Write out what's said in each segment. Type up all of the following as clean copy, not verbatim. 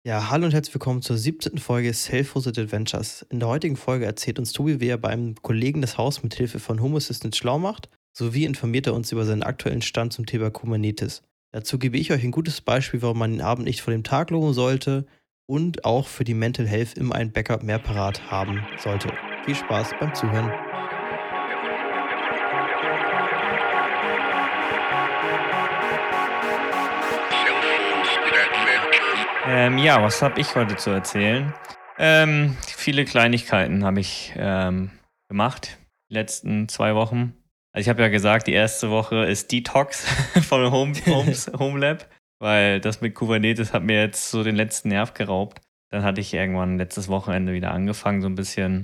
Ja, hallo und herzlich willkommen zur 17. Folge Self-Hosted Adventures. In der heutigen Folge erzählt uns Tobi, wie er bei einem Kollegen das Haus mit Hilfe von Home Assistant schlau macht, sowie informiert er uns über seinen aktuellen Stand zum Thema Kubernetes. Dazu gebe ich euch ein gutes Beispiel, warum man den Abend nicht vor dem Tag loben sollte und auch für die Mental Health immer ein Backup mehr parat haben sollte. Viel Spaß beim Zuhören. Ja, was habe ich heute zu erzählen? Viele Kleinigkeiten habe ich gemacht, die letzten 2 Wochen. Also ich habe ja gesagt, die erste Woche ist Detox von Homelab, weil das mit Kubernetes hat mir jetzt so den letzten Nerv geraubt. Dann hatte ich irgendwann letztes Wochenende wieder angefangen, so ein bisschen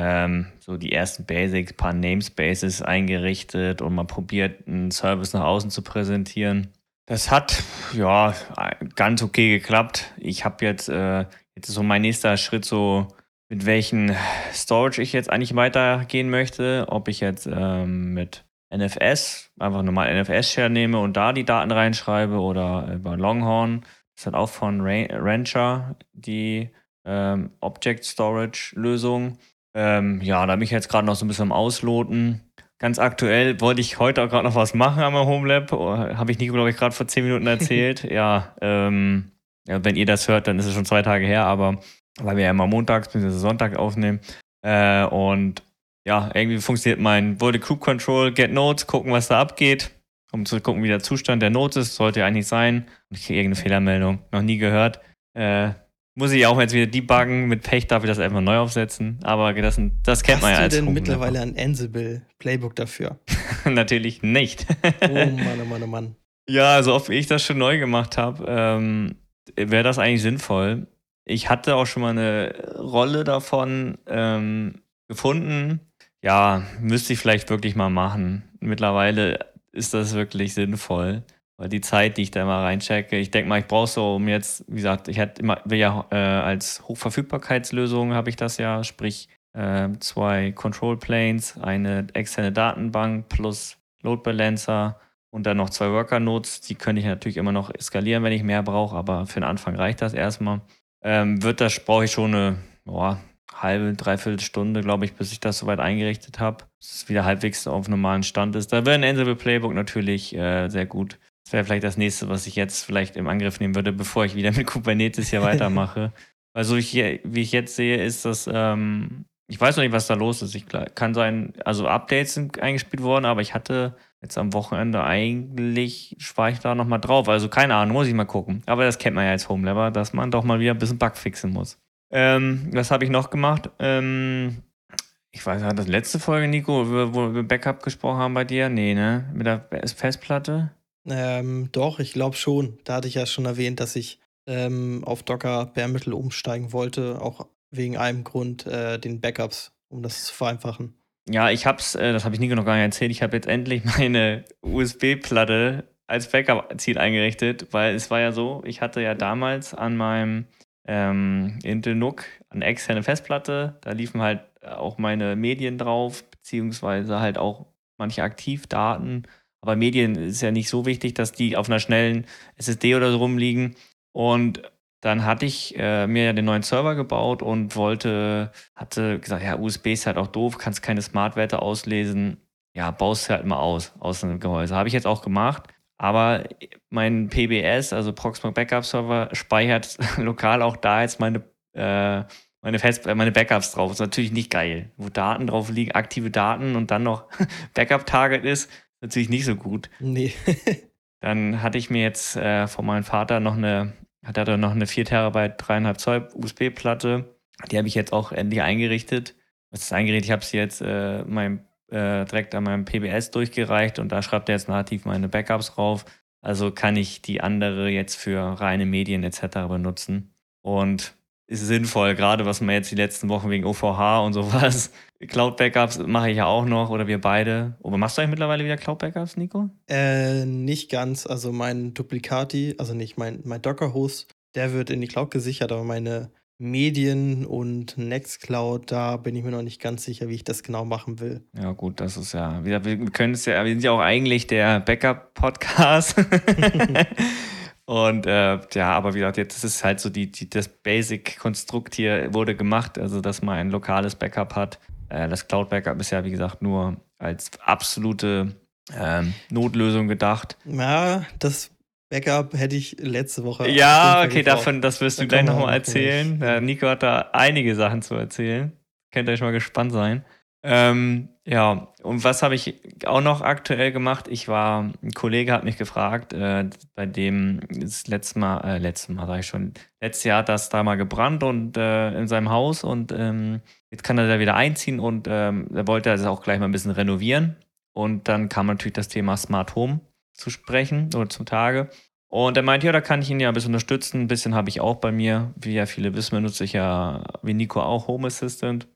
so die ersten Basics, paar Namespaces eingerichtet und mal probiert, einen Service nach außen zu präsentieren. Das hat, ja, ganz okay geklappt. Ich habe jetzt ist so mein nächster Schritt so, mit welchen Storage ich jetzt eigentlich weitergehen möchte. Ob ich jetzt mit NFS, einfach normal NFS-Share nehme und da die Daten reinschreibe oder über Longhorn. Das hat auch von Rancher die Object Storage-Lösung. Ja, da bin ich jetzt gerade noch so ein bisschen am Ausloten. Ganz aktuell wollte ich heute auch gerade noch was machen am Homelab. Habe ich Nico, glaube ich, gerade vor 10 Minuten erzählt. Ja, wenn ihr das hört, dann ist es schon 2 Tage her, aber weil wir ja immer montags bzw. Sonntag aufnehmen. Und ja, irgendwie funktioniert wollte Group Control, Get Notes, gucken, was da abgeht, um zu gucken, wie der Zustand der Notes ist. Sollte ja eigentlich sein. Und ich kriege irgendeine Fehlermeldung. Noch nie gehört. Muss ich auch jetzt wieder debuggen. Mit Pech darf ich das einfach neu aufsetzen. Aber das kennt man ja als Hast du denn Homelab. mittlerweile ein Ansible-Playbook dafür? Natürlich nicht. Oh Mann, oh Mann, oh Mann. Ja, also ob ich das schon neu gemacht habe, wäre das eigentlich sinnvoll. Ich hatte auch schon mal eine Rolle davon gefunden. Ja, müsste ich vielleicht wirklich mal machen. Mittlerweile ist das wirklich sinnvoll. Weil die Zeit, die ich da immer reinchecke, ich denke mal, ich brauche so, um jetzt, wie gesagt, will ja als Hochverfügbarkeitslösung habe ich das ja, sprich 2 Control Planes, eine externe Datenbank plus Load Balancer und dann noch 2 Worker Nodes. Die könnte ich natürlich immer noch skalieren, wenn ich mehr brauche, aber für den Anfang reicht das erstmal. Brauche ich schon eine halbe, dreiviertel Stunde, glaube ich, bis ich das soweit eingerichtet habe, dass es wieder halbwegs auf normalen Stand ist. Da wäre ein Ansible Playbook natürlich sehr gut. Das wäre vielleicht das nächste, was ich jetzt vielleicht im Angriff nehmen würde, bevor ich wieder mit Kubernetes hier weitermache. Also wie ich jetzt sehe, ist das, ich weiß noch nicht, was da los ist. Kann sein, also Updates sind eingespielt worden, aber ich hatte jetzt am Wochenende eigentlich, war ich da nochmal drauf. Also keine Ahnung, muss ich mal gucken. Aber das kennt man ja als Homelabber, dass man doch mal wieder ein bisschen Bug fixen muss. Was habe ich noch gemacht? Ich weiß, hat das letzte Folge, Nico, wo wir Backup gesprochen haben bei dir? Nee, ne? Mit der Festplatte? Doch, ich glaube schon. Da hatte ich ja schon erwähnt, dass ich auf Docker Bare Metal umsteigen wollte, auch wegen einem Grund, den Backups, um das zu vereinfachen. Ja, das habe ich Nico noch gar nicht erzählt, ich habe jetzt endlich meine USB-Platte als Backup-Ziel eingerichtet, weil es war ja so, ich hatte ja damals an meinem Intel NUC eine externe Festplatte, da liefen halt auch meine Medien drauf, beziehungsweise halt auch manche Aktivdaten. Aber Medien ist ja nicht so wichtig, dass die auf einer schnellen SSD oder so rumliegen. Und dann hatte ich mir ja den neuen Server gebaut und hatte gesagt, ja, USB ist halt auch doof, kannst keine Smart-Werte auslesen. Ja, baust halt mal aus einem Gehäuse. Habe ich jetzt auch gemacht. Aber mein PBS, also Proxmox Backup Server, speichert lokal auch da jetzt meine Backups drauf. Ist natürlich nicht geil. Wo Daten drauf liegen, aktive Daten und dann noch Backup-Target ist natürlich nicht so gut. Nee. Dann hatte ich mir jetzt von meinem Vater noch eine 4 Terabyte 3,5 Zoll USB-Platte. Die habe ich jetzt auch endlich eingerichtet. Was ist eingerichtet? Ich habe sie jetzt direkt an meinem PBS durchgereicht und da schreibt er jetzt nativ meine Backups drauf. Also kann ich die andere jetzt für reine Medien etc. benutzen. Und ist sinnvoll, gerade was man jetzt die letzten Wochen wegen OVH und sowas. Cloud-Backups mache ich ja auch noch oder wir beide. Aber machst du eigentlich mittlerweile wieder Cloud-Backups, Nico? Nicht ganz. Also mein Duplicati, also nicht mein Docker-Host, der wird in die Cloud gesichert, aber meine Medien und Nextcloud, da bin ich mir noch nicht ganz sicher, wie ich das genau machen will. Ja, gut, das ist ja, wir können es ja, wir sind ja auch eigentlich der Backup-Podcast. Und ja, aber wie gesagt, jetzt ist es halt so, das Basic-Konstrukt hier wurde gemacht, also dass man ein lokales Backup hat. Das Cloud-Backup ist ja, wie gesagt, nur als absolute Notlösung gedacht. Ja, das Backup hätte ich letzte Woche auf jeden Ja, Fall okay, gebraucht. das wirst Da du gleich kommen wir nochmal noch gleich erzählen. hin. Nico hat da einige Sachen zu erzählen. Könnt ihr euch mal gespannt sein. Ja, und was habe ich auch noch aktuell gemacht? Ein Kollege hat mich gefragt, bei dem das letztes Jahr hat das da mal gebrannt und in seinem Haus und jetzt kann er da wieder einziehen und er wollte das auch gleich mal ein bisschen renovieren. Und dann kam natürlich das Thema Smart Home zu sprechen oder zum Tage. Und er meinte, ja, da kann ich ihn ja ein bisschen unterstützen. Ein bisschen habe ich auch bei mir. Wie ja viele wissen, benutze ich ja, wie Nico auch, Home Assistant.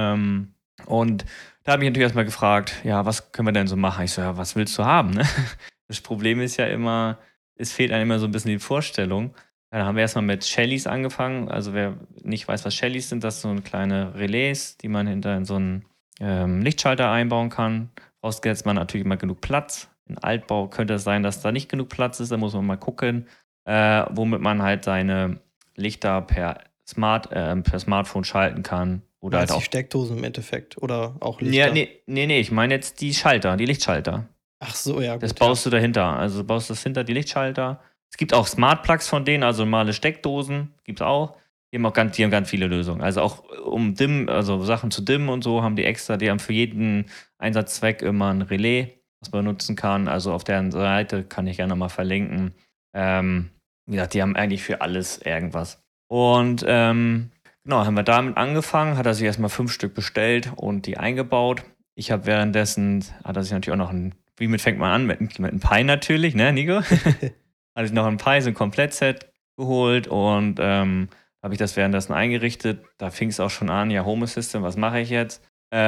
Und da habe ich natürlich erstmal gefragt, ja, was können wir denn so machen? Ich so, ja, was willst du haben? Ne? Das Problem ist ja immer, es fehlt einem immer so ein bisschen die Vorstellung. Ja, da haben wir erstmal mit Shellys angefangen. Also wer nicht weiß, was Shellys sind, das sind so kleine Relais, die man hinter in so einen Lichtschalter einbauen kann. Vorausgesetzt man natürlich immer genug Platz. In Altbau könnte es sein, dass da nicht genug Platz ist. Da muss man mal gucken, womit man halt seine Lichter per Smartphone schalten kann. Oder halt Meinst du auch. die Steckdosen im Endeffekt oder auch Ja, Lichter? nee, ich meine jetzt die Schalter, die Lichtschalter. Ach so, ja, Das gut, ja. baust du dahinter. Also du baust das hinter die Lichtschalter. Es gibt auch Smart Plugs von denen, also normale Steckdosen, gibt es auch. Die haben ganz viele Lösungen. Also auch also Sachen zu dimmen und so, haben die extra, die haben für jeden Einsatzzweck immer ein Relais, was man nutzen kann. Also auf deren Seite kann ich gerne mal verlinken. Wie gesagt, die haben eigentlich für alles irgendwas. Und genau, haben wir damit angefangen, hat er sich erstmal 5 Stück bestellt und die eingebaut. Ich habe währenddessen, hat er sich natürlich auch noch womit fängt man an? Mit einem Pi natürlich, ne, Nico? Hatte ich noch ein Pi, so ein Komplettset geholt und habe ich das währenddessen eingerichtet. Da fing es auch schon an, ja, Home Assistant, was mache ich jetzt?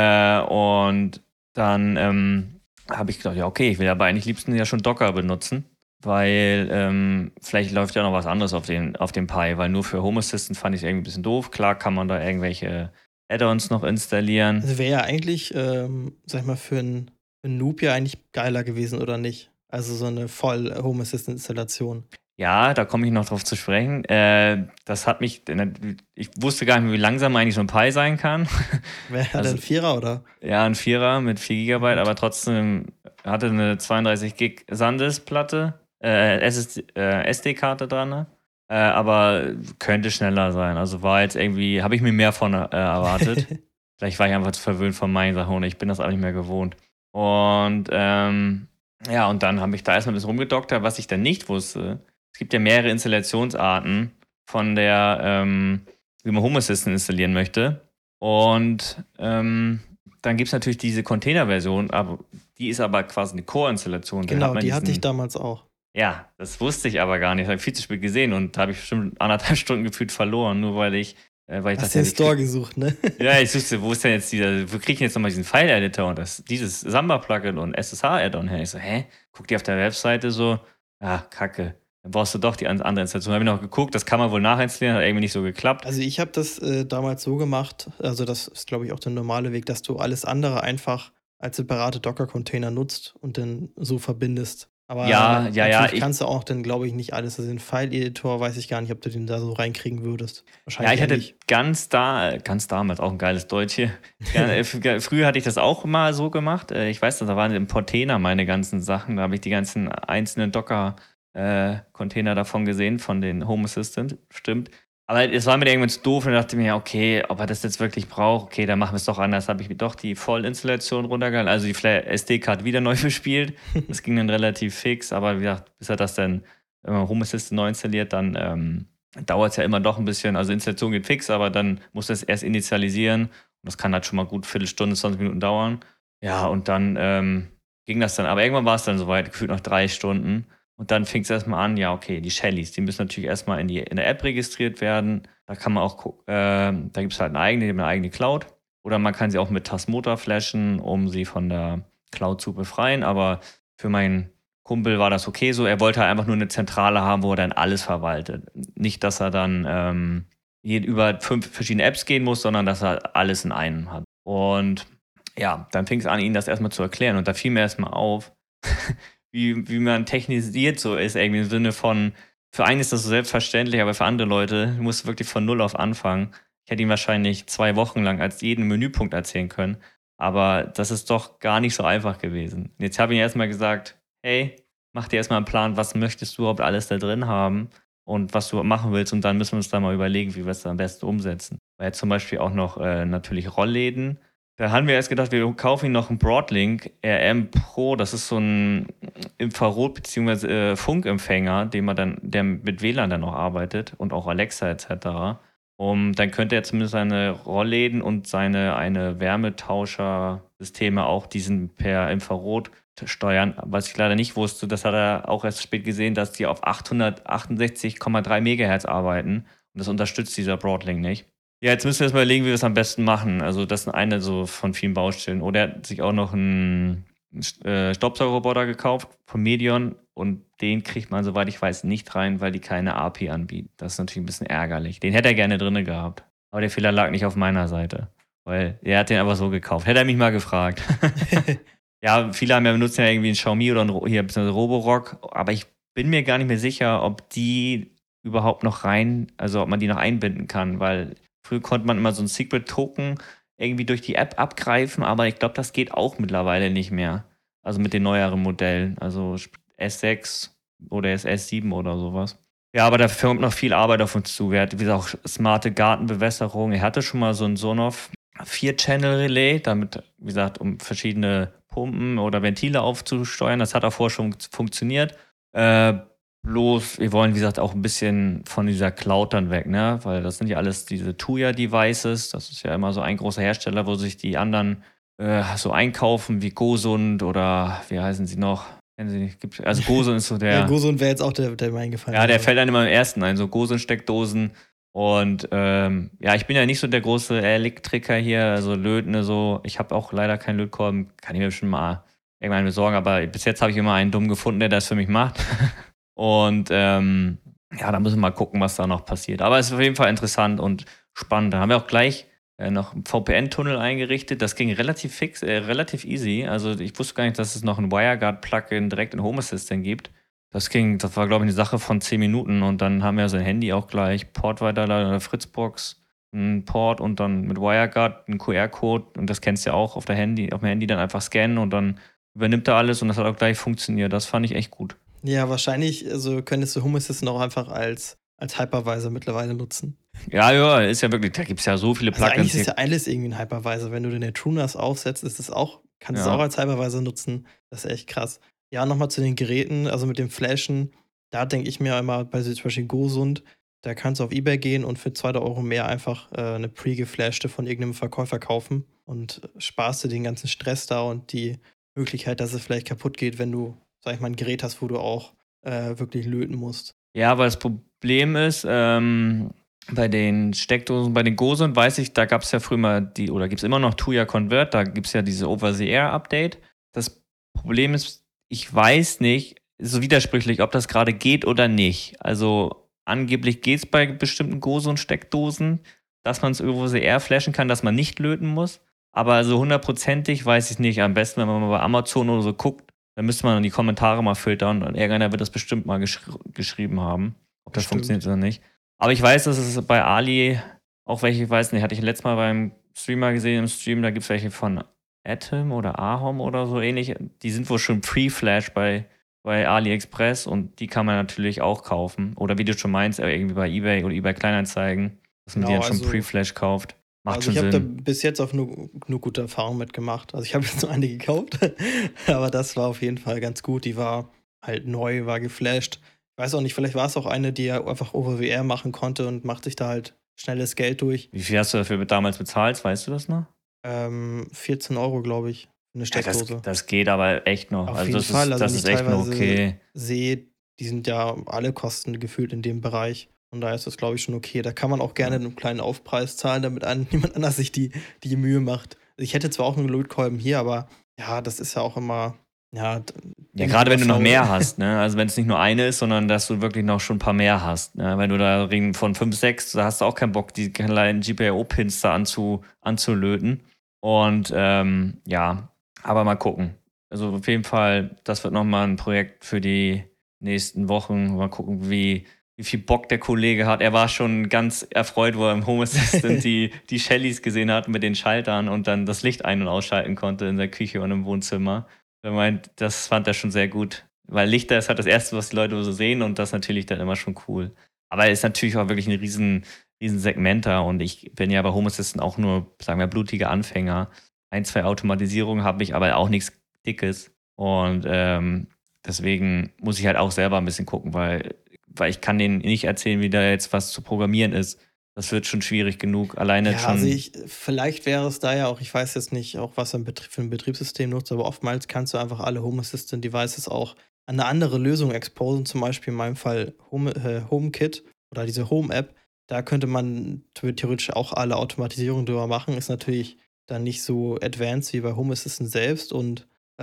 Und dann habe ich gedacht, ja, okay, ich will aber eigentlich liebsten ja schon Docker benutzen, weil vielleicht läuft ja noch was anderes auf dem Pi, weil nur für Home Assistant fand ich es irgendwie ein bisschen doof. Klar kann man da irgendwelche Add-ons noch installieren. Also wäre ja eigentlich, sag ich mal, für einen Noob ja eigentlich geiler gewesen, oder nicht? Also so eine voll Home Assistant Installation. Ja, da komme ich noch drauf zu sprechen. Das hat mich, ich wusste gar nicht mehr, wie langsam eigentlich so ein Pi sein kann. Wäre ja Also, dann Vierer, oder? ja, ein Vierer mit 4 Gigabyte, aber trotzdem hatte eine 32 Gig SanDisk-Platte, SD-Karte dran, ne? Aber könnte schneller sein. Also war jetzt irgendwie, habe ich mir mehr von erwartet. Vielleicht war ich einfach zu verwöhnt von meinen Sachen und ich bin das auch nicht mehr gewohnt. Und ja, und dann habe ich da erstmal ein bisschen rumgedoktert, was ich dann nicht wusste. Es gibt ja mehrere Installationsarten wie man Home Assistant installieren möchte. Und dann gibt es natürlich diese Container-Version, aber die ist aber quasi eine Core-Installation. Genau, die hatte ich damals auch. Ja, das wusste ich aber gar nicht. Das habe ich viel zu spät gesehen und da habe ich bestimmt 1,5 Stunden gefühlt verloren, nur weil ich Hast dachte, den Store gesucht, ne? ja, ich suchte, wo ist denn jetzt wo kriege ich jetzt nochmal diesen File-Editor und dieses Samba-Plugin und SSH-Add-on her? Ich so, guck dir auf der Webseite so, kacke. Dann brauchst du doch die andere Installation. Habe ich noch geguckt, das kann man wohl nachinstallieren, hat irgendwie nicht so geklappt. Also ich habe das damals so gemacht, also das ist, glaube ich, auch der normale Weg, dass du alles andere einfach als separate Docker-Container nutzt und dann so verbindest. Aber natürlich kannst du auch dann, glaube ich, nicht alles. Also den File-Editor weiß ich gar nicht, ob du den da so reinkriegen würdest. Wahrscheinlich ich hatte nicht. ganz damals auch ein geiles Deutsch hier. Früher hatte ich das auch mal so gemacht. Ich weiß, da waren im Container meine ganzen Sachen. Da habe ich die ganzen einzelnen Docker-Container davon gesehen, von den Home Assistant. Stimmt. Aber es war mir irgendwann zu doof und dachte mir, okay, ob er das jetzt wirklich braucht, okay, dann machen wir es doch anders. Habe ich mir doch die Vollinstallation runtergeladen, also die SD-Card wieder neu bespielt. Das ging dann relativ fix, aber wie gesagt, bis er das dann Home Assistant neu installiert, dann dauert es ja immer doch ein bisschen. Also Installation geht fix, aber dann muss das erst initialisieren. Und das kann halt schon mal gut Viertelstunde, 20 Minuten dauern. Ja, und dann ging das dann. Aber irgendwann war es dann soweit, gefühlt noch 3 Stunden. Und dann fing es erstmal an, ja, okay, die Shellys, die müssen natürlich erstmal in der App registriert werden. Da kann man auch, da gibt es halt eine eigene Cloud. Oder man kann sie auch mit Tasmota flashen, um sie von der Cloud zu befreien. Aber für meinen Kumpel war das okay so. Er wollte halt einfach nur eine Zentrale haben, wo er dann alles verwaltet. Nicht, dass er dann über 5 verschiedene Apps gehen muss, sondern dass er alles in einem hat. Und ja, dann fing es an, ihn das erstmal zu erklären. Und da fiel mir erstmal auf, wie man technisiert so ist, irgendwie im Sinne von, für einen ist das so selbstverständlich, aber für andere Leute, du musst wirklich von Null auf anfangen. Ich hätte ihm wahrscheinlich 2 Wochen lang als jeden Menüpunkt erzählen können, aber das ist doch gar nicht so einfach gewesen. Jetzt habe ich ihm erstmal gesagt, hey, mach dir erstmal einen Plan, was möchtest du überhaupt alles da drin haben und was du machen willst und dann müssen wir uns da mal überlegen, wie wir es am besten umsetzen. Weil jetzt zum Beispiel auch noch natürlich Rollläden. Da haben wir erst gedacht, wir kaufen ihn noch einen Broadlink RM Pro. Das ist so ein Infrarot- bzw. Funkempfänger, der mit WLAN dann auch arbeitet und auch Alexa etc. Dann könnte er zumindest seine Rollläden und seine eine Wärmetauscher-Systeme auch diesen per Infrarot steuern. Was ich leider nicht wusste, das hat er auch erst spät gesehen, dass die auf 868,3 Megahertz arbeiten. Und das unterstützt dieser Broadlink nicht. Ja, jetzt müssen wir erstmal überlegen, wie wir es am besten machen. Also, das ist eine so von vielen Baustellen. Oder er hat sich auch noch einen Staubsaugerroboter gekauft von Medion und den kriegt man, soweit ich weiß, nicht rein, weil die keine API anbieten. Das ist natürlich ein bisschen ärgerlich. Den hätte er gerne drinne gehabt. Aber der Fehler lag nicht auf meiner Seite. Weil er hat den einfach so gekauft. Hätte er mich mal gefragt. Ja, viele benutzen ja irgendwie einen Xiaomi oder beziehungsweise Roborock, aber ich bin mir gar nicht mehr sicher, ob die überhaupt noch also ob man die noch einbinden kann, weil früher konnte man immer so einen Secret-Token irgendwie durch die App abgreifen, aber ich glaube, das geht auch mittlerweile nicht mehr. Also mit den neueren Modellen, also S6 oder S7 oder sowas. Ja, aber da kommt noch viel Arbeit auf uns zu. Er hat, wie gesagt, auch smarte Gartenbewässerung. Er hatte schon mal so ein Sonoff 4-Channel-Relay, damit, wie gesagt, um verschiedene Pumpen oder Ventile aufzusteuern. Das hat auch vorher schon funktioniert. Bloß, wir wollen, wie gesagt, auch ein bisschen von dieser Cloud dann weg, ne? Weil das sind ja alles diese Tuya-Devices. Das ist ja immer so ein großer Hersteller, wo sich die anderen so einkaufen, wie Gosund oder wie heißen sie noch? Kennen Sie nicht? Also Gosund ist so der. Ja, Gosund wäre jetzt auch der mir eingefallen. Ja, der fällt dann immer im ersten ein, so Gosund-Steckdosen. Und ja, ich bin ja nicht so der große Elektriker hier, also Lötne so. Ich habe auch leider keinen Lötkolben, kann ich mir schon mal irgendwann besorgen, aber bis jetzt habe ich immer einen dumm gefunden, der das für mich macht. Und ja, da müssen wir mal gucken, was da noch passiert. Aber es ist auf jeden Fall interessant und spannend. Da haben wir auch gleich noch einen VPN-Tunnel eingerichtet. Das ging relativ fix, relativ easy. Also ich wusste gar nicht, dass es noch ein WireGuard-Plugin direkt in Home Assistant gibt. Das war, glaube ich, eine Sache von 10 Minuten und dann haben wir sein Handy auch gleich Port weiterleiten oder Fritzbox, einen Port und dann mit WireGuard einen QR-Code und das kennst du ja auch auf dem Handy dann einfach scannen und dann übernimmt er alles und das hat auch gleich funktioniert. Das fand ich echt gut. Ja, wahrscheinlich, also könntest du Home Assistant auch einfach als Hypervisor mittlerweile nutzen. Ja, ist ja wirklich, da gibt es ja so viele Plugins. Also eigentlich ist ja alles irgendwie ein Hypervisor. Wenn du den TrueNAS aufsetzt, kannst du es auch als Hypervisor nutzen. Das ist echt krass. Ja, nochmal zu den Geräten, also mit dem Flashen, da denke ich mir immer bei zum Beispiel Gosund, da kannst du auf Ebay gehen und für 2 Euro mehr einfach eine pre-geflashte von irgendeinem Verkäufer kaufen und sparst du den ganzen Stress da und die Möglichkeit, dass es vielleicht kaputt geht, wenn du, sag ich mal, ein Gerät hast, wo du auch wirklich löten musst. Ja, aber das Problem ist, bei den Steckdosen, bei den Gosund weiß ich, da gab es ja früher mal oder gibt es immer noch Tuya Convert, da gibt es ja diese Over-the-Air-Update. Das Problem ist, ich weiß nicht, so widersprüchlich, ob das gerade geht oder nicht. Also angeblich geht es bei bestimmten Gosund-Steckdosen, dass man es Over-the-Air flashen kann, dass man nicht löten muss. Aber so hundertprozentig weiß ich nicht. Am besten, wenn man mal bei Amazon oder so guckt, dann müsste man die Kommentare mal filtern und irgendeiner wird das bestimmt mal geschrieben haben, ob das funktioniert oder nicht. Aber ich weiß, dass es bei Ali auch welche, ich weiß nicht, hatte ich letztes Mal beim Streamer gesehen im Stream, da gibt es welche von Atom oder Ahom oder so ähnlich. Die sind wohl schon Pre-Flash bei AliExpress und die kann man natürlich auch kaufen. Oder wie du schon meinst, irgendwie bei eBay oder eBay Kleinanzeigen, dass man die dann schon Pre-Flash kauft. Macht schon Sinn. Ich habe da bis jetzt auch nur gute Erfahrungen mitgemacht. Also ich habe jetzt nur eine gekauft, aber das war auf jeden Fall ganz gut. Die war halt neu, war geflasht. Ich weiß auch nicht, vielleicht war es auch eine, die ja einfach Over-VR machen konnte und macht sich da halt schnelles Geld durch. Wie viel hast du dafür damals bezahlt? Weißt du das noch? 14 Euro, glaube ich, eine Steckdose. Ja, das geht aber echt noch. Auf jeden Fall. Das ist echt noch okay. Sehe, die sind ja alle Kosten gefühlt in dem Bereich. Und da ist das, glaube ich, schon okay. Da kann man auch gerne einen kleinen Aufpreis zahlen, damit niemand anders sich die Mühe macht. Also ich hätte zwar auch einen Lötkolben hier, aber ja, das ist ja auch immer. Ja, gerade wenn du noch mehr hast, ne? Also wenn es nicht nur eine ist, sondern dass du wirklich noch schon ein paar mehr hast. Ne? Wenn du da Ring von 5, 6, da hast du auch keinen Bock, die kleinen GPIO-Pins da anzulöten. Und ja, aber mal gucken. Also auf jeden Fall, das wird nochmal ein Projekt für die nächsten Wochen. Mal gucken, wie wie viel Bock der Kollege hat. Er war schon ganz erfreut, wo er im Home Assistant die Shellys gesehen hat mit den Schaltern und dann das Licht ein- und ausschalten konnte in der Küche und im Wohnzimmer. Er meint, das fand er schon sehr gut. Weil Lichter ist halt das Erste, was die Leute so sehen und das natürlich dann immer schon cool. Aber er ist natürlich auch wirklich ein riesen Segment da und ich bin ja bei Home Assistant auch nur, sagen wir, blutige Anfänger. 1, 2 Automatisierungen habe ich, aber auch nichts Dickes. Und deswegen muss ich halt auch selber ein bisschen gucken, weil ich kann denen nicht erzählen, wie da jetzt was zu programmieren ist. Das wird schon schwierig genug. Alleine Ja, also vielleicht wäre es da ja auch, ich weiß jetzt nicht, auch was er für ein Betriebssystem nutzt, aber oftmals kannst du einfach alle Home Assistant Devices auch an eine andere Lösung exposen, zum Beispiel in meinem Fall HomeKit oder diese Home-App. Da könnte man theoretisch auch alle Automatisierungen drüber machen. Ist natürlich dann nicht so advanced wie bei Home Assistant selbst und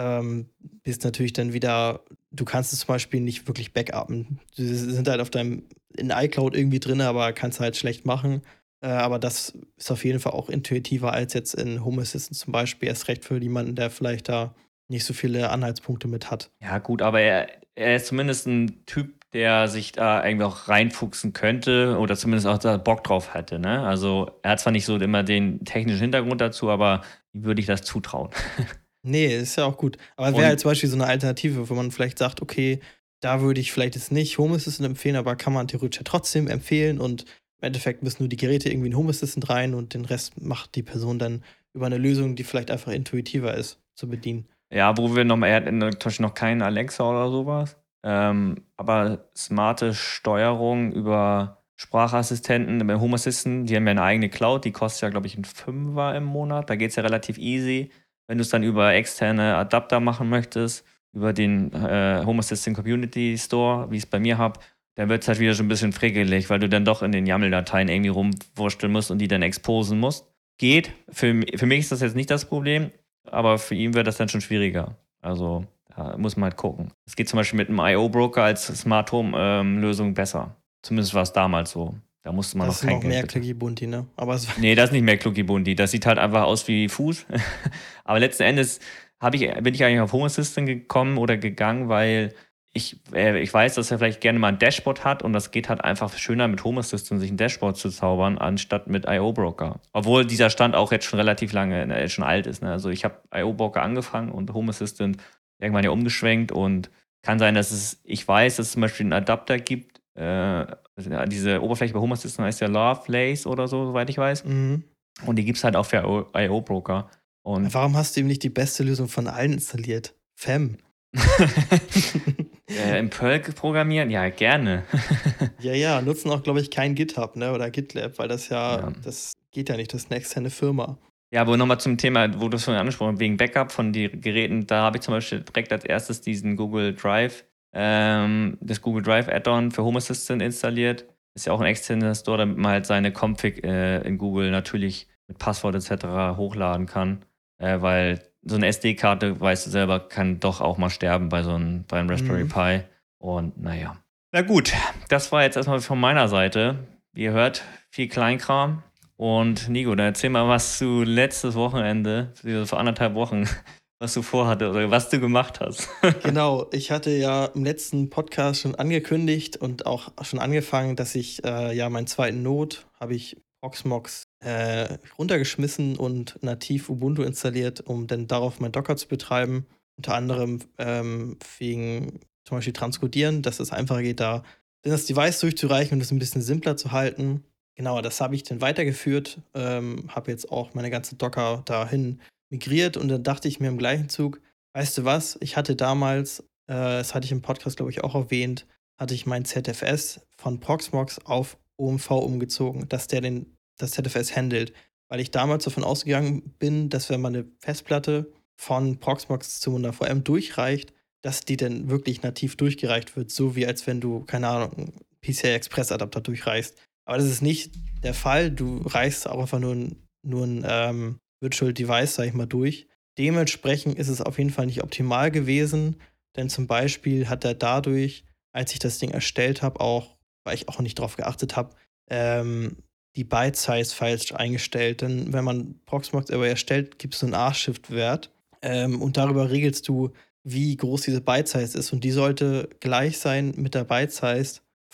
bist natürlich dann wieder, du kannst es zum Beispiel nicht wirklich backuppen. Sie sind halt in iCloud irgendwie drin, aber kannst halt schlecht machen. Aber das ist auf jeden Fall auch intuitiver als jetzt in Home Assistant zum Beispiel. Erst recht für jemanden, der vielleicht da nicht so viele Anhaltspunkte mit hat. Ja, gut, aber er ist zumindest ein Typ, der sich da irgendwie auch reinfuchsen könnte oder zumindest auch da Bock drauf hätte, ne? Also, er hat zwar nicht so immer den technischen Hintergrund dazu, aber ihm würde ich das zutrauen. Nee, ist ja auch gut. Aber wäre halt zum Beispiel so eine Alternative, wo man vielleicht sagt, okay, da würde ich vielleicht jetzt nicht Home Assistant empfehlen, aber kann man theoretisch ja trotzdem empfehlen und im Endeffekt müssen nur die Geräte irgendwie in Home Assistant rein und den Rest macht die Person dann über eine Lösung, die vielleicht einfach intuitiver ist zu bedienen. Ja, wo wir nochmal, er hat zum Beispiel noch keinen Alexa oder sowas. Aber smarte Steuerung über Sprachassistenten bei Home Assistant, die haben ja eine eigene Cloud, die kostet ja, glaube ich, ein Fünfer im Monat. Da geht es ja relativ easy. Wenn du es dann über externe Adapter machen möchtest, über den Home Assistant Community Store, wie ich es bei mir habe, dann wird es halt wieder so ein bisschen frickelig, weil du dann doch in den YAML-Dateien irgendwie rumwursteln musst und die dann exposen musst. Geht. Für mich ist das jetzt nicht das Problem, aber für ihn wird das dann schon schwieriger. Also da muss man halt gucken. Es geht zum Beispiel mit einem IO-Broker als Smart Home-Lösung besser. Zumindest war es damals so. Da musste man Das noch ist kein noch Geld mehr bezahlen. Clicky-Bunti, ne? Aber es Nee, das ist nicht mehr Klucky Bunti. Das sieht halt einfach aus wie Fuß. Aber letzten Endes bin ich eigentlich auf Home Assistant gekommen oder gegangen, weil ich weiß, dass er vielleicht gerne mal ein Dashboard hat und das geht halt einfach schöner mit Home Assistant, sich ein Dashboard zu zaubern, anstatt mit IO Broker. Obwohl dieser Stand auch jetzt schon relativ lange, schon alt ist. Ne? Also ich habe IO Broker angefangen und Home Assistant irgendwann ja umgeschwenkt und kann sein, ich weiß, dass es zum Beispiel einen Adapter gibt, diese Oberfläche bei Home Assistant heißt ja Lovelace oder so, soweit ich weiß. Mhm. Und die gibt es halt auch für IO-Broker. Und Warum hast du ihm nicht die beste Lösung von allen installiert? Fem. im Perl programmieren? Ja, gerne. Ja, nutzen auch, glaube ich, kein GitHub, ne? Oder GitLab, weil das geht ja nicht, das ist eine externe Firma. Ja, aber nochmal zum Thema, wo du es vorhin angesprochen hast, wegen Backup von den Geräten, da habe ich zum Beispiel direkt als erstes diesen Google Drive, das Google Drive Add-on für Home Assistant installiert. Ist ja auch ein externer Store, damit man halt seine Config in Google natürlich mit Passwort etc. hochladen kann. Weil so eine SD-Karte, weißt du selber, kann doch auch mal sterben bei einem Raspberry Pi. Und naja. Na gut, das war jetzt erstmal von meiner Seite. Wie ihr hört, viel Kleinkram. Und Nico, dann erzähl mal, was du letztes Wochenende, vor 1,5 Wochen, was du vorhattest oder was du gemacht hast. Genau, ich hatte ja im letzten Podcast schon angekündigt und auch schon angefangen, dass ich meinen zweiten Node habe ich Proxmox runtergeschmissen und nativ Ubuntu installiert, um dann darauf mein Docker zu betreiben. Unter anderem wegen zum Beispiel Transkodieren, dass es einfacher geht, da das Device durchzureichen und es ein bisschen simpler zu halten. Genau, das habe ich dann weitergeführt, habe jetzt auch meine ganze Docker dahin migriert und dann dachte ich mir im gleichen Zug, weißt du was, ich hatte damals, das hatte ich im Podcast, glaube ich, auch erwähnt, hatte ich mein ZFS von Proxmox auf OMV umgezogen, dass der das ZFS handelt. Weil ich damals davon ausgegangen bin, dass wenn man eine Festplatte von Proxmox zu einer VM durchreicht, dass die dann wirklich nativ durchgereicht wird, so wie als wenn du, keine Ahnung, einen PCI-Express-Adapter durchreichst. Aber das ist nicht der Fall. Du reichst auch einfach nur ein Virtual Device, sag ich mal, durch. Dementsprechend ist es auf jeden Fall nicht optimal gewesen, denn zum Beispiel hat er dadurch, als ich das Ding erstellt habe, auch, weil ich auch nicht drauf geachtet habe, die Byte-Size falsch eingestellt. Denn wenn man Proxmox aber erstellt, gibt es so einen R-Shift-Wert und darüber regelst du, wie groß diese Byte-Size ist. Und die sollte gleich sein mit der Byte-Size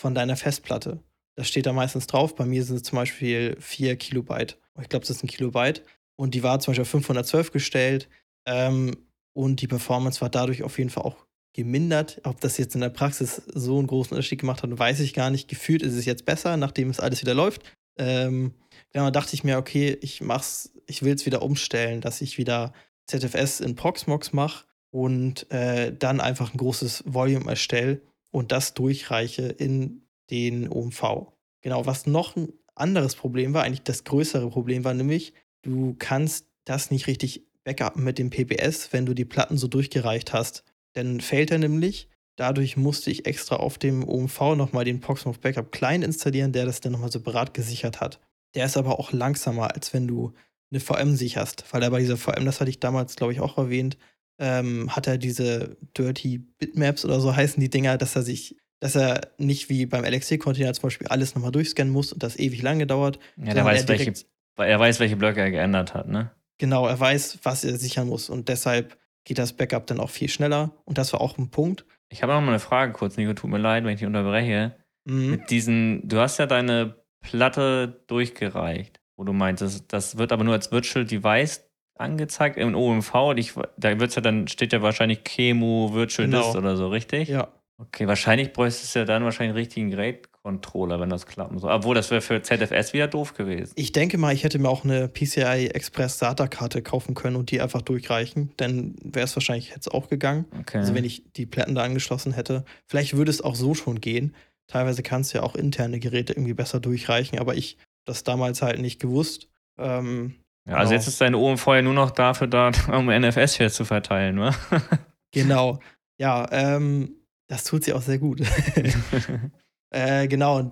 von deiner Festplatte. Das steht da meistens drauf. Bei mir sind es zum Beispiel 4 Kilobyte. Ich glaube, das ist ein Kilobyte. Und die war zum Beispiel auf 512 gestellt. Und die Performance war dadurch auf jeden Fall auch gemindert. Ob das jetzt in der Praxis so einen großen Unterschied gemacht hat, weiß ich gar nicht. Gefühlt ist es jetzt besser, nachdem es alles wieder läuft. Dann dachte ich mir, okay, ich will es wieder umstellen, dass ich wieder ZFS in Proxmox mache und dann einfach ein großes Volume erstelle und das durchreiche in den OMV. Genau, was noch ein anderes Problem war, eigentlich das größere Problem war nämlich, du kannst das nicht richtig backuppen mit dem PBS, wenn du die Platten so durchgereicht hast. Dann fällt er nämlich. Dadurch musste ich extra auf dem OMV nochmal den Proxmox Backup Client installieren, der das dann nochmal separat gesichert hat. Der ist aber auch langsamer, als wenn du eine VM sicherst. Weil er bei dieser VM, das hatte ich damals, glaube ich, auch erwähnt, hat er diese Dirty Bitmaps oder so heißen die Dinger, dass er nicht wie beim LXC-Container zum Beispiel alles nochmal durchscannen muss und das ewig lange dauert. Ja, er weiß, welche Blöcke er geändert hat, ne? Genau, er weiß, was er sichern muss und deshalb geht das Backup dann auch viel schneller und das war auch ein Punkt. Ich habe noch mal eine Frage kurz, Nico, tut mir leid, wenn ich dich unterbreche. Du hast ja deine Platte durchgereicht, wo du meintest, das wird aber nur als Virtual Device angezeigt im OMV. Steht ja wahrscheinlich Qemu Virtual Disk oder so, richtig? Ja. Okay, wahrscheinlich bräuchtest du ja dann wahrscheinlich einen richtigen RAID-Controller, wenn das klappen soll. Obwohl, das wäre für ZFS wieder doof gewesen. Ich denke mal, ich hätte mir auch eine PCI Express SATA-Karte kaufen können und die einfach durchreichen. Dann wäre es wahrscheinlich jetzt auch gegangen. Okay. Also wenn ich die Platten da angeschlossen hätte. Vielleicht würde es auch so schon gehen. Teilweise kannst du ja auch interne Geräte irgendwie besser durchreichen, aber ich das damals halt nicht gewusst. Also jetzt ist deine OMV ja nur noch dafür da, um NFS-Shares zu verteilen, ne? Genau. Ja, das tut sie auch sehr gut. Genau,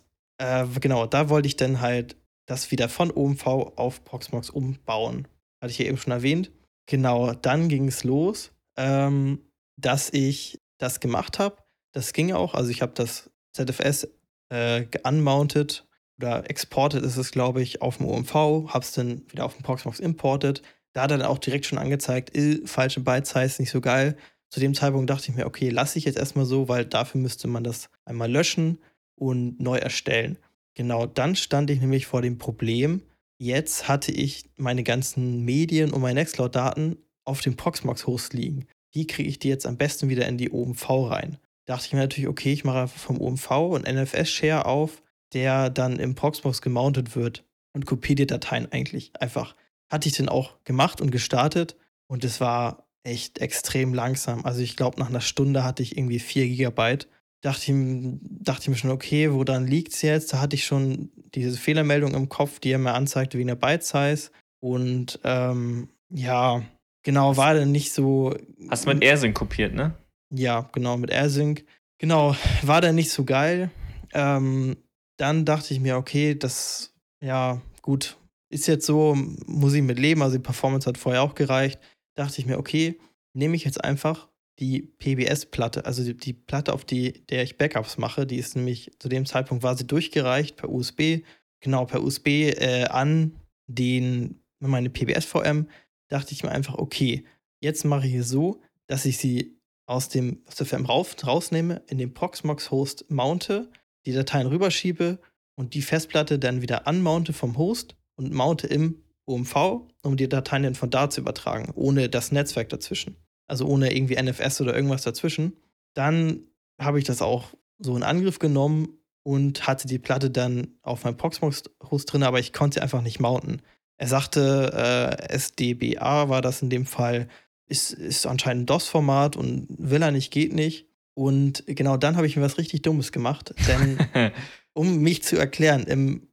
da wollte ich dann halt das wieder von OMV auf Proxmox umbauen. Hatte ich ja eben schon erwähnt. Genau, dann ging es los, dass ich das gemacht habe. Das ging auch, also ich habe das ZFS geunmounted oder exported ist es, glaube ich, auf dem OMV, habe es dann wieder auf dem Proxmox imported. Da hat er dann auch direkt schon angezeigt, falsche Byte Size, nicht so geil. Zu dem Zeitpunkt dachte ich mir, okay, lasse ich jetzt erstmal so, weil dafür müsste man das einmal löschen und neu erstellen. Genau, dann stand ich nämlich vor dem Problem, jetzt hatte ich meine ganzen Medien und meine Nextcloud-Daten auf dem Proxmox-Host liegen. Wie kriege ich die jetzt am besten wieder in die OMV rein? Dachte ich mir natürlich, okay, ich mache einfach vom OMV einen NFS-Share auf, der dann im Proxmox gemountet wird und kopiere die Dateien eigentlich einfach. Hatte ich dann auch gemacht und gestartet und es war echt extrem langsam. Also ich glaube, nach einer Stunde hatte ich irgendwie 4 Gigabyte. Dachte ich mir schon, okay, woran liegt es jetzt? Da hatte ich schon diese Fehlermeldung im Kopf, die er mir anzeigte wegen der Byte-Size. Und ja, genau, war dann nicht so... Hast du mit AirSync kopiert, ne? Ja, genau, mit AirSync. Genau, war dann nicht so geil. Dann dachte ich mir, okay, das, ja, gut, ist jetzt so, muss ich mit leben. Also die Performance hat vorher auch gereicht. Dachte ich mir, okay, nehme ich jetzt einfach die PBS-Platte, also die Platte, auf der ich Backups mache, die ist nämlich, zu dem Zeitpunkt war sie durchgereicht per USB, an meine PBS-VM, dachte ich mir einfach, okay, jetzt mache ich es so, dass ich sie aus der VM rausnehme, in den Proxmox-Host mounte, die Dateien rüberschiebe und die Festplatte dann wieder unmounte vom Host und mounte im OMV, um die Dateien dann von da zu übertragen, ohne das Netzwerk dazwischen. Also ohne irgendwie NFS oder irgendwas dazwischen. Dann habe ich das auch so in Angriff genommen und hatte die Platte dann auf meinem Proxmox-Host drin, aber ich konnte sie einfach nicht mounten. Er sagte, SDBA war das in dem Fall, ist anscheinend ein DOS-Format und will er nicht, geht nicht. Und genau dann habe ich mir was richtig Dummes gemacht, denn um mich zu erklären,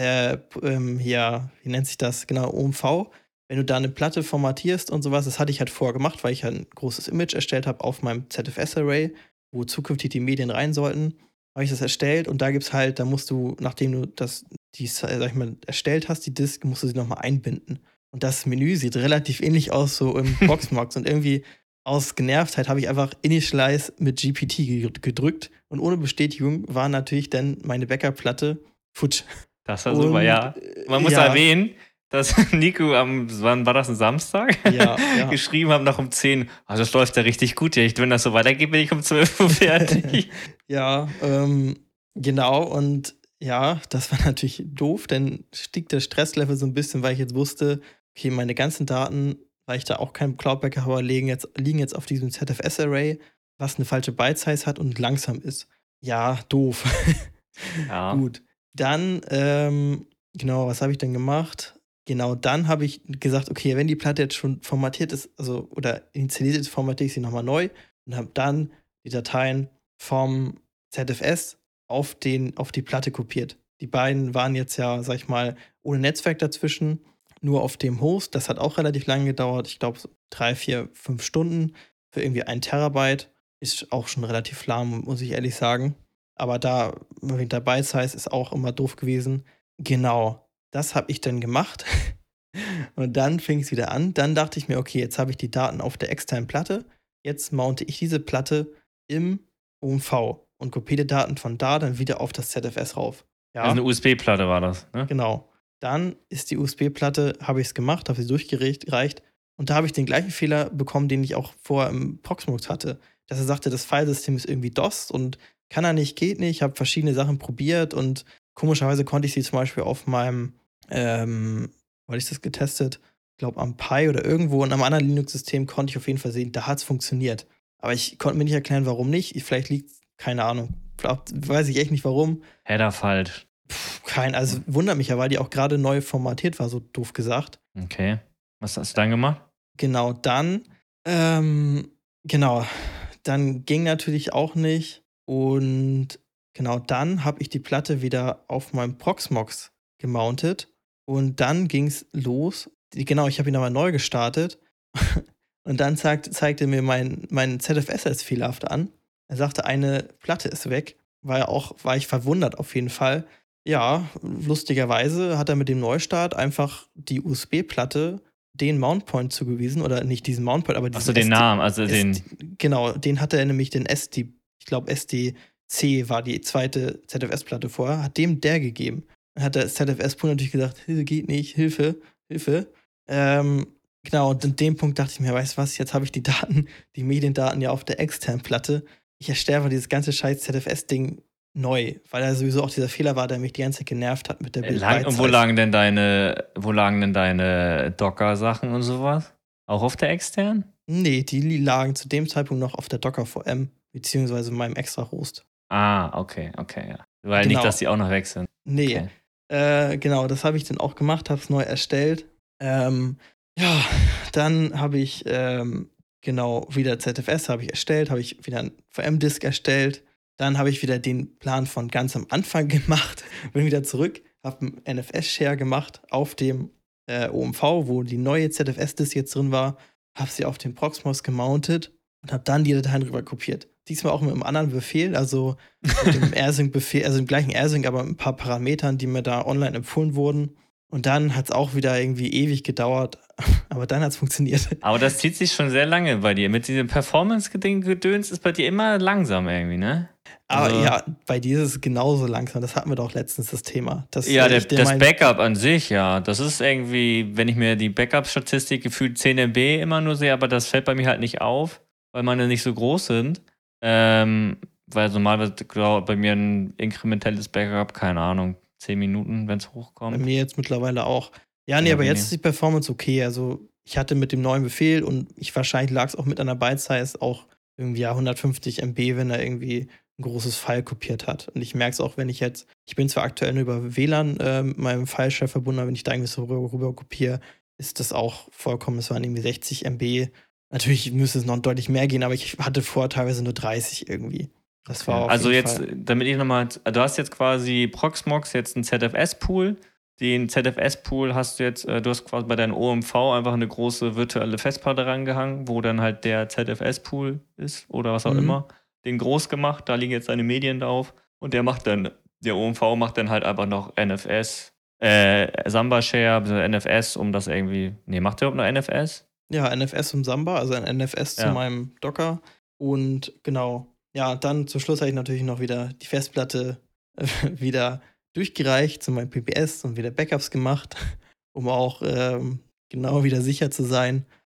wie nennt sich das? Genau, OMV. Wenn du da eine Platte formatierst und sowas, das hatte ich halt vorher gemacht, weil ich halt ein großes Image erstellt habe auf meinem ZFS-Array, wo zukünftig die Medien rein sollten, habe ich das erstellt und da gibt's halt, da musst du, nachdem du erstellt hast, die Disk, musst du sie nochmal einbinden. Und das Menü sieht relativ ähnlich aus, so im Proxmox und irgendwie aus Genervtheit habe ich einfach Initialize mit GPT gedrückt und ohne Bestätigung war natürlich dann meine Backup-Platte futsch. Das war super, ja. Man muss erwähnen, dass Nico wann war das, ein Samstag? Ja. geschrieben hat, noch um 10. Also das läuft ja richtig gut. Wenn das so weitergeht, bin ich um 12 Uhr fertig. Ja, Genau, und ja, das war natürlich doof, denn stieg der Stresslevel so ein bisschen, weil ich jetzt wusste, okay, meine ganzen Daten, weil ich da auch kein Cloud-Backup habe, liegen jetzt auf diesem ZFS-Array, was eine falsche Byte-Size hat und langsam ist. Ja, doof. Ja. Gut. Dann, genau, was habe ich denn gemacht? Genau, dann habe ich gesagt, okay, wenn die Platte jetzt schon formatiert ist, also oder installiert ist, formatiere ich sie nochmal neu und habe dann die Dateien vom ZFS auf die Platte kopiert. Die beiden waren jetzt ja, sag ich mal, ohne Netzwerk dazwischen, nur auf dem Host. Das hat auch relativ lange gedauert. Ich glaube, so 3, 4, 5 Stunden für irgendwie 1 TB. Ist auch schon relativ lahm, muss ich ehrlich sagen. Aber da, mit der Byte-Size ist auch immer doof gewesen. Genau, das habe ich dann gemacht. Und dann fing es wieder an. Dann dachte ich mir, okay, jetzt habe ich die Daten auf der externen Platte. Jetzt mounte ich diese Platte im OMV und kopiere Daten von da dann wieder auf das ZFS rauf. Also eine Ja, USB-Platte war das, ne? genau. Dann ist die USB-Platte, habe ich es gemacht, habe sie durchgereicht und da habe ich den gleichen Fehler bekommen, den ich auch vorher im Proxmox hatte. Dass er sagte, das Filesystem ist irgendwie DOS und kann er nicht, geht nicht. Ich habe verschiedene Sachen probiert und komischerweise konnte ich sie zum Beispiel auf meinem, wo hatte ich das getestet? Ich glaube am Pi oder irgendwo in einem anderen Linux-System konnte ich auf jeden Fall sehen, da hat es funktioniert. Aber ich konnte mir nicht erklären, warum nicht. Vielleicht liegt es, keine Ahnung. Weiß ich echt nicht warum. Header falsch. Also wundert mich ja, weil die auch gerade neu formatiert war, so doof gesagt. Okay. Was hast du dann gemacht? Genau, genau, dann ging natürlich auch nicht. Und genau, dann habe ich die Platte wieder auf meinem Proxmox gemountet. Und dann ging es los. Genau, ich habe ihn aber neu gestartet. Und dann zeigte mir mein ZFS als fehlerhaft an. Er sagte, eine Platte ist weg. War ich verwundert auf jeden Fall. Ja, lustigerweise hat er mit dem Neustart einfach die USB-Platte den Mountpoint zugewiesen, oder nicht diesen Mountpoint, aber Achso, diesen den Namen, also den. genau, den hatte er nämlich den ich glaube SDC war die zweite ZFS-Platte vorher, hat dem der gegeben. Dann hat der ZFS-Pool natürlich gesagt, geht nicht, Hilfe, Hilfe. Genau, und an dem Punkt dachte ich mir, weißt du was, jetzt habe ich die Mediendaten ja auf der externen Platte. Ich erstelle einfach dieses ganze scheiß ZFS-Ding neu, weil da sowieso auch dieser Fehler war, der mich die ganze Zeit genervt hat mit der Und wo lagen denn deine Docker-Sachen und sowas? Auch auf der externen? Nee, die lagen zu dem Zeitpunkt noch auf der Docker VM, beziehungsweise meinem extra Host. Ah, okay, ja. Weil Genau. nicht, dass die auch noch weg sind. Nee. Okay. Genau, das habe ich dann auch gemacht, habe es neu erstellt. Ja, dann habe ich genau wieder ZFS habe ich erstellt, habe ich wieder einen VM-Disk erstellt. Dann habe ich wieder den Plan von ganz am Anfang gemacht, bin wieder zurück, habe einen NFS-Share gemacht auf dem OMV, wo die neue ZFS-Disk jetzt drin war, habe sie auf den Proxmox gemountet und habe dann die Dateien rüber kopiert. Diesmal auch mit einem anderen Befehl, also mit dem AirSync-Befehl, also dem gleichen AirSync, aber mit ein paar Parametern, die mir da online empfohlen wurden. Und dann hat es auch wieder irgendwie ewig gedauert, aber dann hat es funktioniert. Aber das zieht sich schon sehr lange bei dir. Mit diesem Performance-Gedöns ist bei dir immer langsam irgendwie, ne? Aber ja, bei dir ist es genauso langsam. Das hatten wir doch letztens, das Thema. Das Backup an sich, ja. Das ist irgendwie, wenn ich mir die Backup-Statistik gefühlt 10 MB immer nur sehe, aber das fällt bei mir halt nicht auf, weil meine nicht so groß sind. Weil normalerweise bei mir ein inkrementelles Backup, keine Ahnung, 10 Minuten, wenn es hochkommt. Bei mir jetzt mittlerweile auch. Ja, nee, aber jetzt ist die Performance okay. Also ich hatte mit dem neuen Befehl und wahrscheinlich lag es auch mit einer Byte-Size auch irgendwie 150 MB, wenn er irgendwie ein großes File kopiert hat. Und ich merke es auch, wenn ich bin zwar aktuell nur über WLAN mit meinem File-Share verbunden, aber wenn ich da irgendwie so rüber kopiere, ist das auch vollkommen, es waren irgendwie 60 MB. Natürlich müsste es noch deutlich mehr gehen, aber ich hatte vorher teilweise nur 30 irgendwie. Das war auf also jeden jetzt, Fall. damit ich nochmal, du hast jetzt quasi Proxmox jetzt einen ZFS-Pool. Den ZFS-Pool hast du jetzt, du hast quasi bei deinem OMV einfach eine große virtuelle Festplatte rangehangen, wo dann halt der ZFS-Pool ist oder was auch immer. Den groß gemacht, da liegen jetzt deine Medien drauf und der OMV macht dann halt einfach noch NFS, Samba Share, NFS, um das irgendwie, macht der überhaupt noch NFS? Ja, NFS und Samba, also ein NFS zu meinem Docker und genau, ja, dann zum Schluss habe ich natürlich noch wieder die Festplatte wieder durchgereicht zu meinem PPS und wieder Backups gemacht, um auch genau wieder sicher zu sein.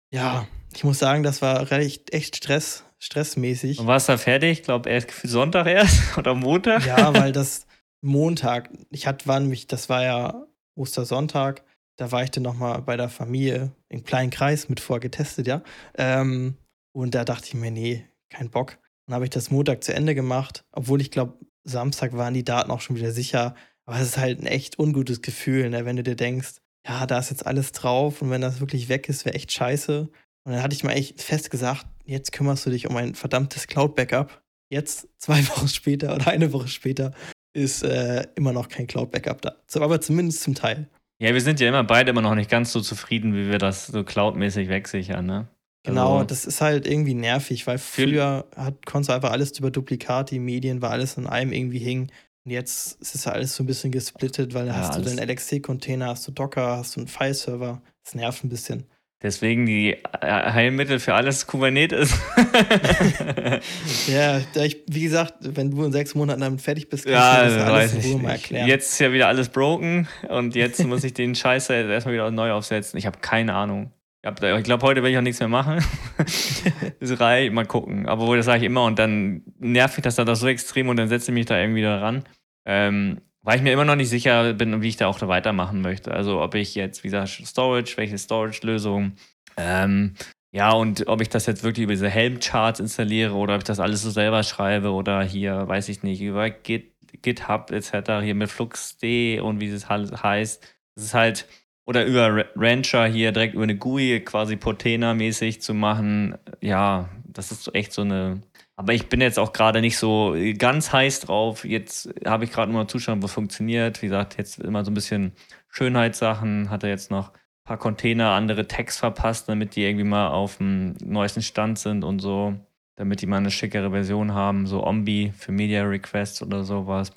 Ja, ich muss sagen, das war echt stressmäßig. Und warst du da fertig? Ich glaube, erst Sonntag erst oder Montag? Ja, weil das Montag, das war ja Ostersonntag, da war ich dann nochmal bei der Familie im kleinen Kreis mit vorgetestet, ja. Und da dachte ich mir, nee, kein Bock. Dann habe ich das Montag zu Ende gemacht, obwohl ich glaube, Samstag waren die Daten auch schon wieder sicher. Aber es ist halt ein echt ungutes Gefühl, ne, wenn du dir denkst, ja, da ist jetzt alles drauf und wenn das wirklich weg ist, wäre echt scheiße. Und dann hatte ich mal echt fest gesagt, jetzt kümmerst du dich um ein verdammtes Cloud-Backup. Jetzt, 2 Wochen später oder eine Woche später, ist immer noch kein Cloud-Backup da. Aber zumindest zum Teil. Ja, wir sind ja beide immer noch nicht ganz so zufrieden, wie wir das so cloudmäßig wegsichern, ne? Genau, Also, das ist halt irgendwie nervig, weil früher konntest du einfach alles über Duplikate, Medien, weil alles in einem irgendwie hing. Und jetzt ist es alles so ein bisschen gesplittet, weil da hast du alles. deinen LXC-Container, hast du Docker, hast du einen File-Server. Das nervt ein bisschen. Deswegen die Heilmittel für alles Kubernetes. Ja, wie gesagt, wenn du in 6 Monaten damit fertig bist, kannst Ja, du das alles weiß in ich Ruhe mal nicht. erklären. Jetzt ist ja wieder alles broken und jetzt muss ich den Scheiße erstmal wieder neu aufsetzen. Ich habe keine Ahnung. Ich glaube, heute will ich auch nichts mehr machen. Das reicht, mal gucken. Aber das sage ich immer und dann nervt mich das da doch so extrem und dann setze ich mich da irgendwie daran. Weil ich mir immer noch nicht sicher bin, wie ich da auch da weitermachen möchte. Also ob ich jetzt, wie gesagt, Storage, welche Storage-Lösung, ja, und ob ich das jetzt wirklich über diese Helm-Charts installiere oder ob ich das alles so selber schreibe oder hier, weiß ich nicht, über GitHub etc., hier mit FluxD und wie es halt heißt. Das ist halt, oder über Rancher hier direkt über eine GUI quasi Portainer-mäßig zu machen. Ja, das ist echt so eine. Aber ich bin jetzt auch gerade nicht so ganz heiß drauf. Jetzt habe ich gerade nur mal zuschauen, was funktioniert. Wie gesagt, jetzt immer so ein bisschen Schönheitssachen. Hat er jetzt noch ein paar Container, andere Tags verpasst, damit die irgendwie mal auf dem neuesten Stand sind und so. Damit die mal eine schickere Version haben. So Ombi für Media Requests oder sowas.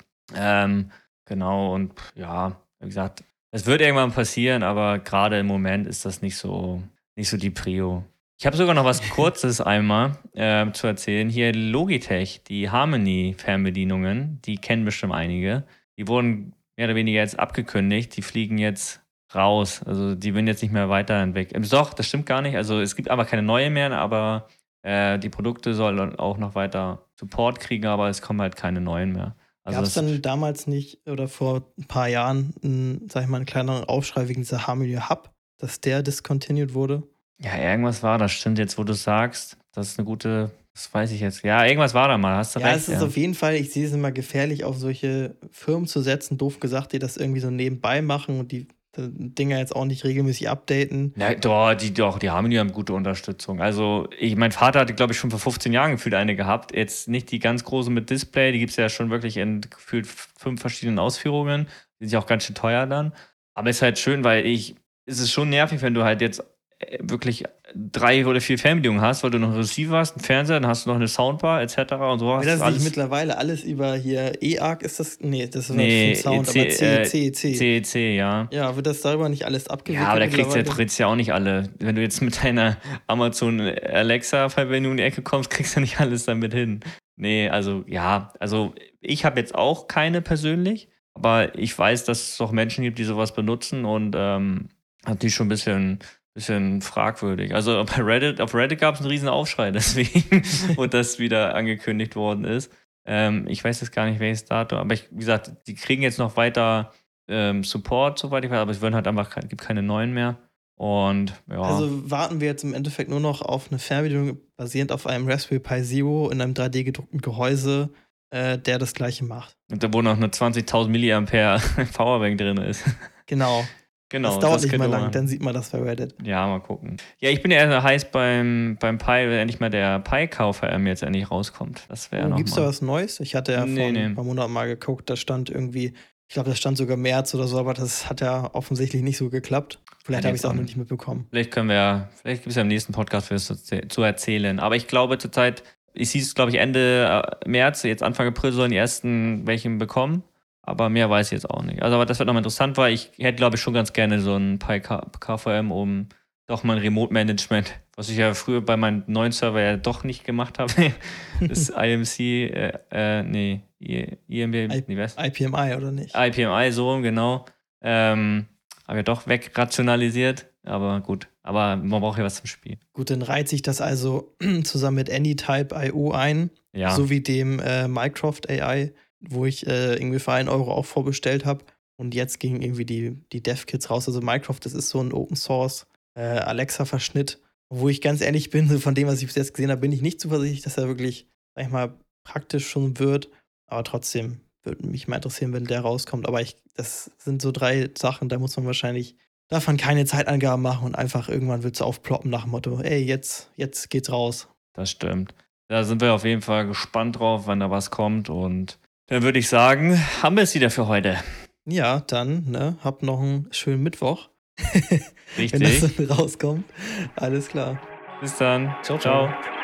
Genau, und ja, wie gesagt, es wird irgendwann passieren, aber gerade im Moment ist das nicht so die Prio. Ich habe sogar noch was Kurzes einmal zu erzählen. Hier Logitech, die Harmony-Fernbedienungen, die kennen bestimmt einige. Die wurden mehr oder weniger jetzt abgekündigt. Die fliegen jetzt raus. Also die werden jetzt nicht mehr weiterentwickelt. Doch, das stimmt gar nicht. Also es gibt aber keine neue mehr, aber die Produkte sollen auch noch weiter Support kriegen, aber es kommen halt keine neuen mehr. Also Gab es dann damals nicht oder vor ein paar Jahren, sag ich mal, einen kleineren Aufschrei wegen dieser Harmony Hub, dass der discontinued wurde? Ja, irgendwas war das. Stimmt jetzt, wo du sagst. Das ist eine gute, das weiß ich jetzt. Ja, irgendwas war da mal. Hast du Ja, recht. es ist auf jeden Fall, ich sehe es immer gefährlich, auf solche Firmen zu setzen, doof gesagt, die das irgendwie so nebenbei machen und die Dinger jetzt auch nicht regelmäßig updaten. Ja, die Harmony haben gute Unterstützung. Also, mein Vater hatte, glaube ich, schon vor 15 Jahren gefühlt eine gehabt. Jetzt nicht die ganz große mit Display, die gibt es ja schon wirklich in gefühlt 5 verschiedenen Ausführungen. Die sind ja auch ganz schön teuer dann. Aber es ist halt schön, weil es ist schon nervig, wenn du halt jetzt wirklich 3 oder 4 Fernbedienungen hast, weil du noch einen Receiver hast, einen Fernseher, dann hast du noch eine Soundbar etc. und so. Weil das ist nicht mittlerweile alles über hier EARC ist das? Nee, das ist nee, Sound, aber CEC. CEC, ja. Ja, wird das darüber nicht alles abgewickelt? Ja, aber da kriegst du ja theoretisch ja auch nicht alle. Wenn du jetzt mit deiner Amazon Alexa-Verbindung in die Ecke kommst, kriegst du nicht alles damit hin. Nee, also ja, also ich habe jetzt auch keine persönlich, aber ich weiß, dass es auch Menschen gibt, die sowas benutzen und hat die schon ein bisschen fragwürdig. Also auf Reddit gab es einen riesen Aufschrei deswegen, wo das wieder angekündigt worden ist. Ich weiß jetzt gar nicht, welches Datum, aber wie gesagt, die kriegen jetzt noch weiter Support, soweit ich weiß, aber es werden halt einfach gibt keine neuen mehr. Und ja. Also warten wir jetzt im Endeffekt nur noch auf eine Fernbedienung basierend auf einem Raspberry Pi Zero in einem 3D gedruckten Gehäuse, der das gleiche macht. Und da wo noch eine 20.000 Milliampere Powerbank drin ist. Genau. Das dauert nicht mal lang, dann sieht man das bei Reddit. Ja, mal gucken. Ja, ich bin ja eher heiß beim Pi, wenn endlich mal der Pi-Kaufer jetzt endlich rauskommt. Das wäre noch. Gibt's da was Neues? Ich hatte ja vor ein paar Monaten mal geguckt, da stand irgendwie, ich glaube, da stand sogar März oder so, aber das hat ja offensichtlich nicht so geklappt. Vielleicht habe ich es auch noch nicht mitbekommen. Vielleicht gibt es ja im nächsten Podcast was zu erzählen. Aber ich glaube zurzeit, es hieß, glaube ich, Ende März, jetzt Anfang April sollen die ersten welchen bekommen. Aber mehr weiß ich jetzt auch nicht. Also, aber das wird nochmal interessant, weil ich hätte, glaube ich, schon ganz gerne so ein Pi KVM, um doch mein Remote-Management, was ich ja früher bei meinem neuen Server ja doch nicht gemacht habe. Das IMC, IPMI oder nicht? IPMI, so, genau. Habe ja doch wegrationalisiert. Aber gut. Aber man braucht ja was zum Spiel. Gut, dann reiht sich das also zusammen mit Anytype.io ein, Ja. sowie dem Mycroft AI, wo ich irgendwie für 1 Euro auch vorbestellt habe. Und jetzt gingen irgendwie die Dev-Kits raus. Also Mycroft, das ist so ein Open-Source Alexa-Verschnitt. Wo ich ganz ehrlich bin, so von dem, was ich bis jetzt gesehen habe, bin ich nicht zuversichtlich, dass er wirklich, sag ich mal, praktisch schon wird. Aber trotzdem würde mich mal interessieren, wenn der rauskommt. Aber das sind so 3 Sachen, da muss man wahrscheinlich, darf man keine Zeitangaben machen und einfach irgendwann wird es aufploppen nach dem Motto, ey, jetzt geht's raus. Das stimmt. Da sind wir auf jeden Fall gespannt drauf, wann da was kommt. Und dann würde ich sagen, haben wir es wieder für heute. Ja, dann, ne, habt noch einen schönen Mittwoch. Richtig. Wenn das dann rauskommt. Alles klar. Bis dann. Ciao, Ciao. ciao.